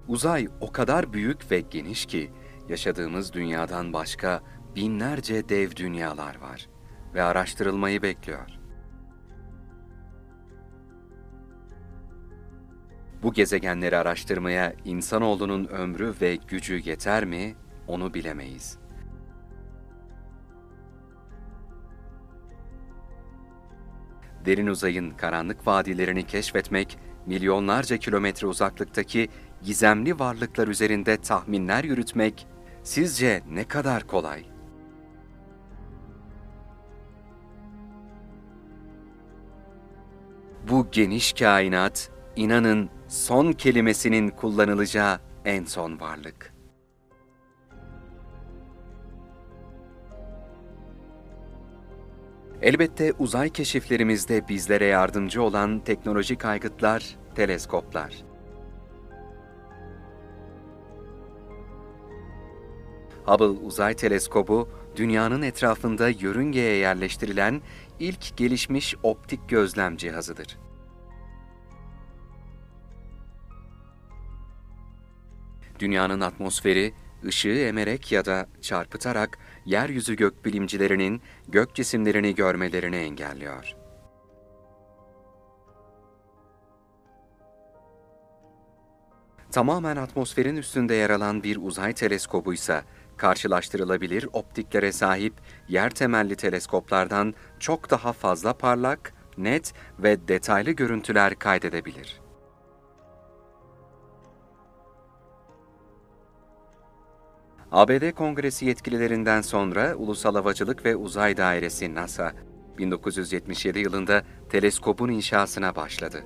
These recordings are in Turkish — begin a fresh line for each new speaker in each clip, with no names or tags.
Uzay o kadar büyük ve geniş ki yaşadığımız dünyadan başka binlerce dev dünyalar var ve araştırılmayı bekliyor. Bu gezegenleri araştırmaya insanoğlunun ömrü ve gücü yeter mi, onu bilemeyiz. Derin uzayın karanlık vadilerini keşfetmek, milyonlarca kilometre uzaklıktaki gizemli varlıklar üzerinde tahminler yürütmek sizce ne kadar kolay? Bu geniş kainat, inanın son kelimesinin kullanılacağı en son varlık. Elbette uzay keşiflerimizde bizlere yardımcı olan teknolojik aygıtlar, teleskoplar. Hubble Uzay Teleskobu, dünyanın etrafında yörüngeye yerleştirilen ilk gelişmiş optik gözlem cihazıdır. Dünyanın atmosferi, ışığı emerek ya da çarpıtarak yeryüzü gökbilimcilerinin gök cisimlerini görmelerini engelliyor. Tamamen atmosferin üstünde yer alan bir uzay teleskobu ise karşılaştırılabilir optiklere sahip yer temelli teleskoplardan çok daha fazla parlak, net ve detaylı görüntüler kaydedebilir. ABD Kongresi yetkililerinden sonra Ulusal Havacılık ve Uzay Dairesi NASA, 1977 yılında teleskopun inşasına başladı.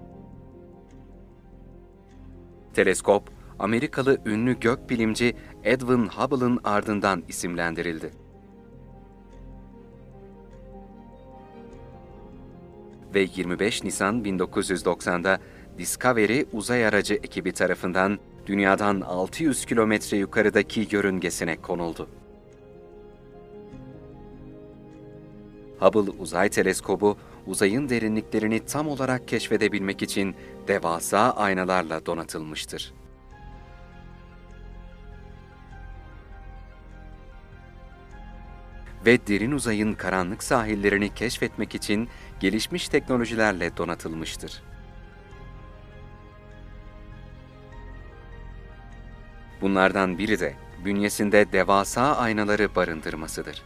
Teleskop, Amerikalı ünlü gökbilimci Edwin Hubble'ın ardından isimlendirildi. Ve 25 Nisan 1990'da Discovery uzay aracı ekibi tarafından Dünyadan 600 kilometre yukarıdaki yörüngesine konuldu. Hubble Uzay Teleskobu, uzayın derinliklerini tam olarak keşfedebilmek için devasa aynalarla donatılmıştır. Ve derin uzayın karanlık sahillerini keşfetmek için gelişmiş teknolojilerle donatılmıştır. Bunlardan biri de bünyesinde devasa aynaları barındırmasıdır.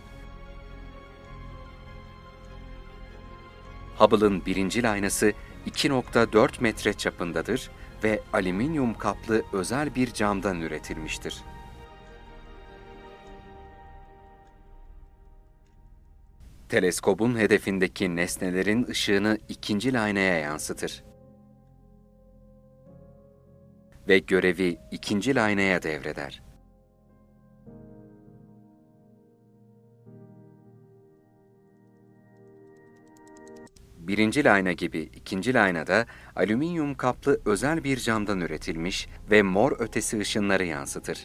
Hubble'ın birincil aynası 2,4 metre çapındadır ve alüminyum kaplı özel bir camdan üretilmiştir. Teleskobun hedefindeki nesnelerin ışığını ikincil aynaya yansıtır. Ve görevi ikincil aynaya devreder. Birincil ayna gibi ikincil aynada alüminyum kaplı özel bir camdan üretilmiş ve mor ötesi ışınları yansıtır.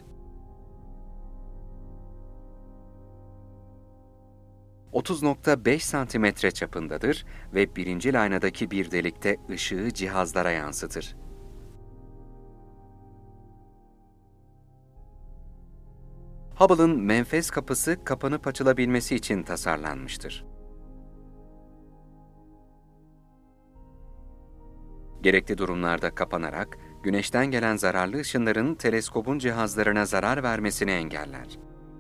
30,5 santimetre çapındadır ve birincil aynadaki bir delikte ışığı cihazlara yansıtır. Hubble'ın menfez kapısı kapanıp açılabilmesi için tasarlanmıştır. Gerekli durumlarda kapanarak, güneşten gelen zararlı ışınların teleskobun cihazlarına zarar vermesini engeller.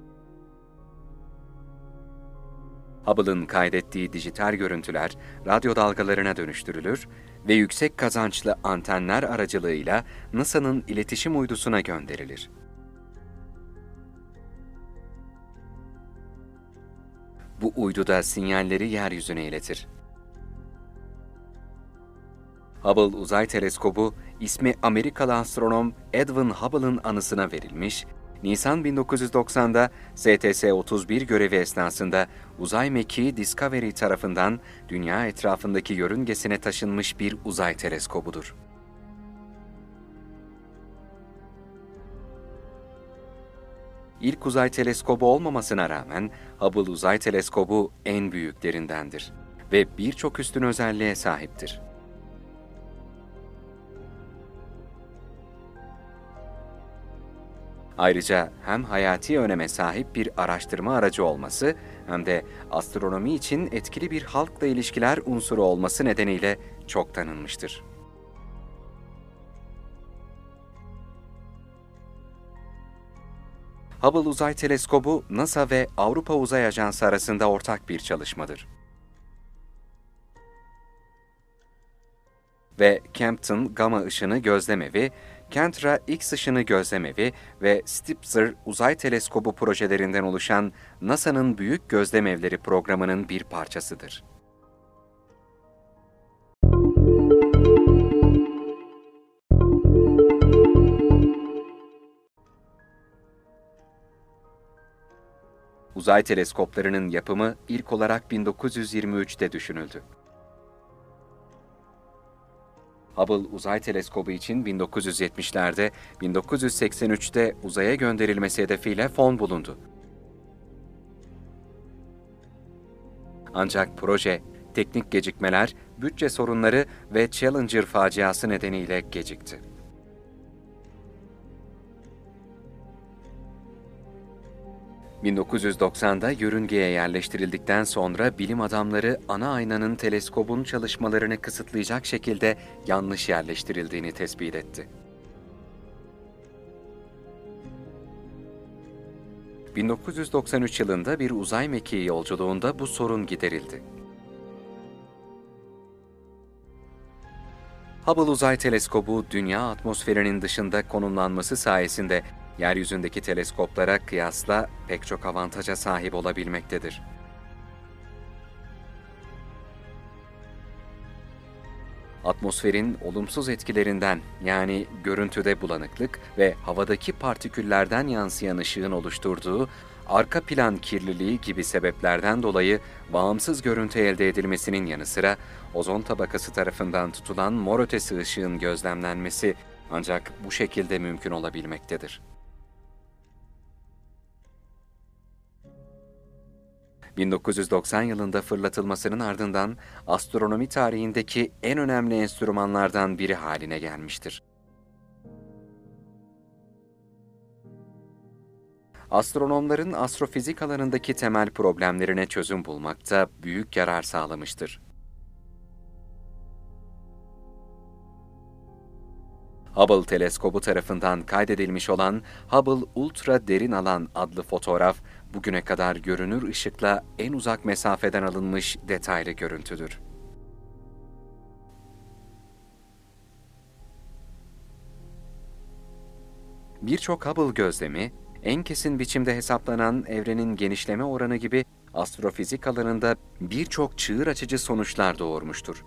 Hubble'ın kaydettiği dijital görüntüler radyo dalgalarına dönüştürülür ve yüksek kazançlı antenler aracılığıyla NASA'nın iletişim uydusuna gönderilir. Bu uydu da sinyalleri yeryüzüne iletir. Hubble Uzay Teleskobu, ismi Amerikalı astronom Edwin Hubble'ın anısına verilmiş, Nisan 1990'da STS-31 görevi esnasında uzay mekiği Discovery tarafından Dünya etrafındaki yörüngesine taşınmış bir uzay teleskobudur. İlk uzay teleskobu olmamasına rağmen Hubble Uzay Teleskobu en büyüklerindendir ve birçok üstün özelliğe sahiptir. Ayrıca hem hayati öneme sahip bir araştırma aracı olması hem de astronomi için etkili bir halkla ilişkiler unsuru olması nedeniyle çok tanınmıştır. Hubble Uzay Teleskobu, NASA ve Avrupa Uzay Ajansı arasında ortak bir çalışmadır. Ve Kempton Gamma Işını Gözlemevi, Kentra X Işını Gözlemevi ve Spitzer Uzay Teleskobu projelerinden oluşan NASA'nın Büyük Gözlemevleri programının bir parçasıdır. Uzay teleskoplarının yapımı ilk olarak 1923'te düşünüldü. Hubble Uzay Teleskobu için 1970'lerde, 1983'te uzaya gönderilmesi hedefiyle fon bulundu. Ancak proje, teknik gecikmeler, bütçe sorunları ve Challenger faciası nedeniyle gecikti. ...1990'da yörüngeye yerleştirildikten sonra bilim adamları ana aynanın teleskobun çalışmalarını kısıtlayacak şekilde yanlış yerleştirildiğini tespit etti. 1993 yılında bir uzay mekiği yolculuğunda bu sorun giderildi. Hubble Uzay Teleskobu, Dünya atmosferinin dışında konumlanması sayesinde yeryüzündeki teleskoplara kıyasla pek çok avantaja sahip olabilmektedir. Atmosferin olumsuz etkilerinden, yani görüntüde bulanıklık ve havadaki partiküllerden yansıyan ışığın oluşturduğu arka plan kirliliği gibi sebeplerden dolayı bağımsız görüntü elde edilmesinin yanı sıra ozon tabakası tarafından tutulan mor ötesi ışığın gözlemlenmesi ancak bu şekilde mümkün olabilmektedir. 1990 yılında fırlatılmasının ardından astronomi tarihindeki en önemli enstrümanlardan biri haline gelmiştir. Astronomların astrofizik alanındaki temel problemlerine çözüm bulmakta büyük yarar sağlamıştır. Hubble Teleskobu tarafından kaydedilmiş olan Hubble Ultra Derin Alan adlı fotoğraf, bugüne kadar görünür ışıkla en uzak mesafeden alınmış detaylı görüntüdür. Birçok Hubble gözlemi, en kesin biçimde hesaplanan evrenin genişleme oranı gibi astrofizik alanında birçok çığır açıcı sonuçlar doğurmuştur.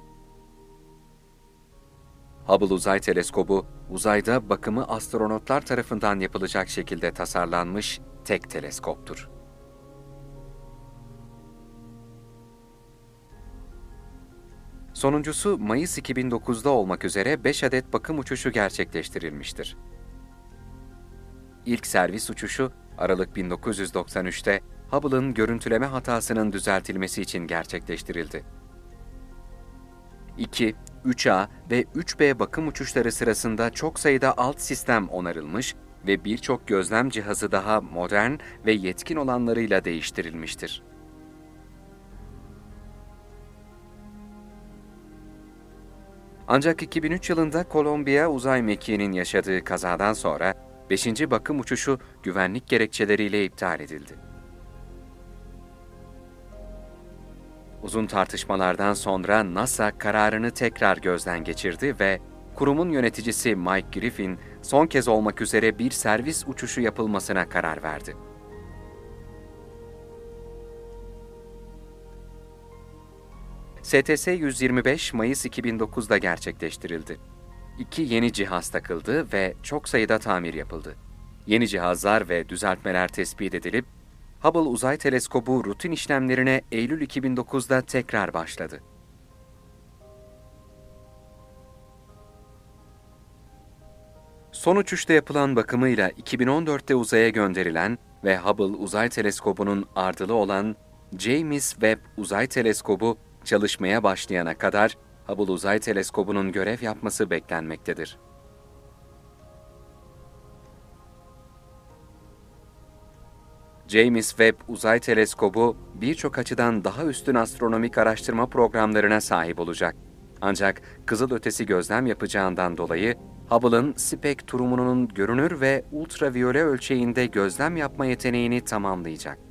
Hubble Uzay Teleskobu, uzayda bakımı astronotlar tarafından yapılacak şekilde tasarlanmış tek teleskoptur. Sonuncusu Mayıs 2009'da olmak üzere 5 adet bakım uçuşu gerçekleştirilmiştir. İlk servis uçuşu Aralık 1993'te Hubble'ın görüntüleme hatasının düzeltilmesi için gerçekleştirildi. 2, 3A ve 3B bakım uçuşları sırasında çok sayıda alt sistem onarılmış ve birçok gözlem cihazı daha modern ve yetkin olanlarıyla değiştirilmiştir. Ancak 2003 yılında Kolombiya uzay mekiğinin yaşadığı kazadan sonra 5. bakım uçuşu güvenlik gerekçeleriyle iptal edildi. Uzun tartışmalardan sonra NASA kararını tekrar gözden geçirdi ve kurumun yöneticisi Mike Griffin son kez olmak üzere bir servis uçuşu yapılmasına karar verdi. STS-125 Mayıs 2009'da gerçekleştirildi. 2 yeni cihaz takıldı ve çok sayıda tamir yapıldı. Yeni cihazlar ve düzeltmeler tespit edilip, Hubble Uzay Teleskobu rutin işlemlerine Eylül 2009'da tekrar başladı. Son uçuşta yapılan bakımıyla 2014'te uzaya gönderilen ve Hubble Uzay Teleskobu'nun ardılı olan James Webb Uzay Teleskobu çalışmaya başlayana kadar Hubble Uzay Teleskobu'nun görev yapması beklenmektedir. James Webb Uzay Teleskobu birçok açıdan daha üstün astronomik araştırma programlarına sahip olacak. Ancak kızılötesi gözlem yapacağından dolayı Hubble'ın spektrumunun görünür ve ultraviyole ölçeğinde gözlem yapma yeteneğini tamamlayacak.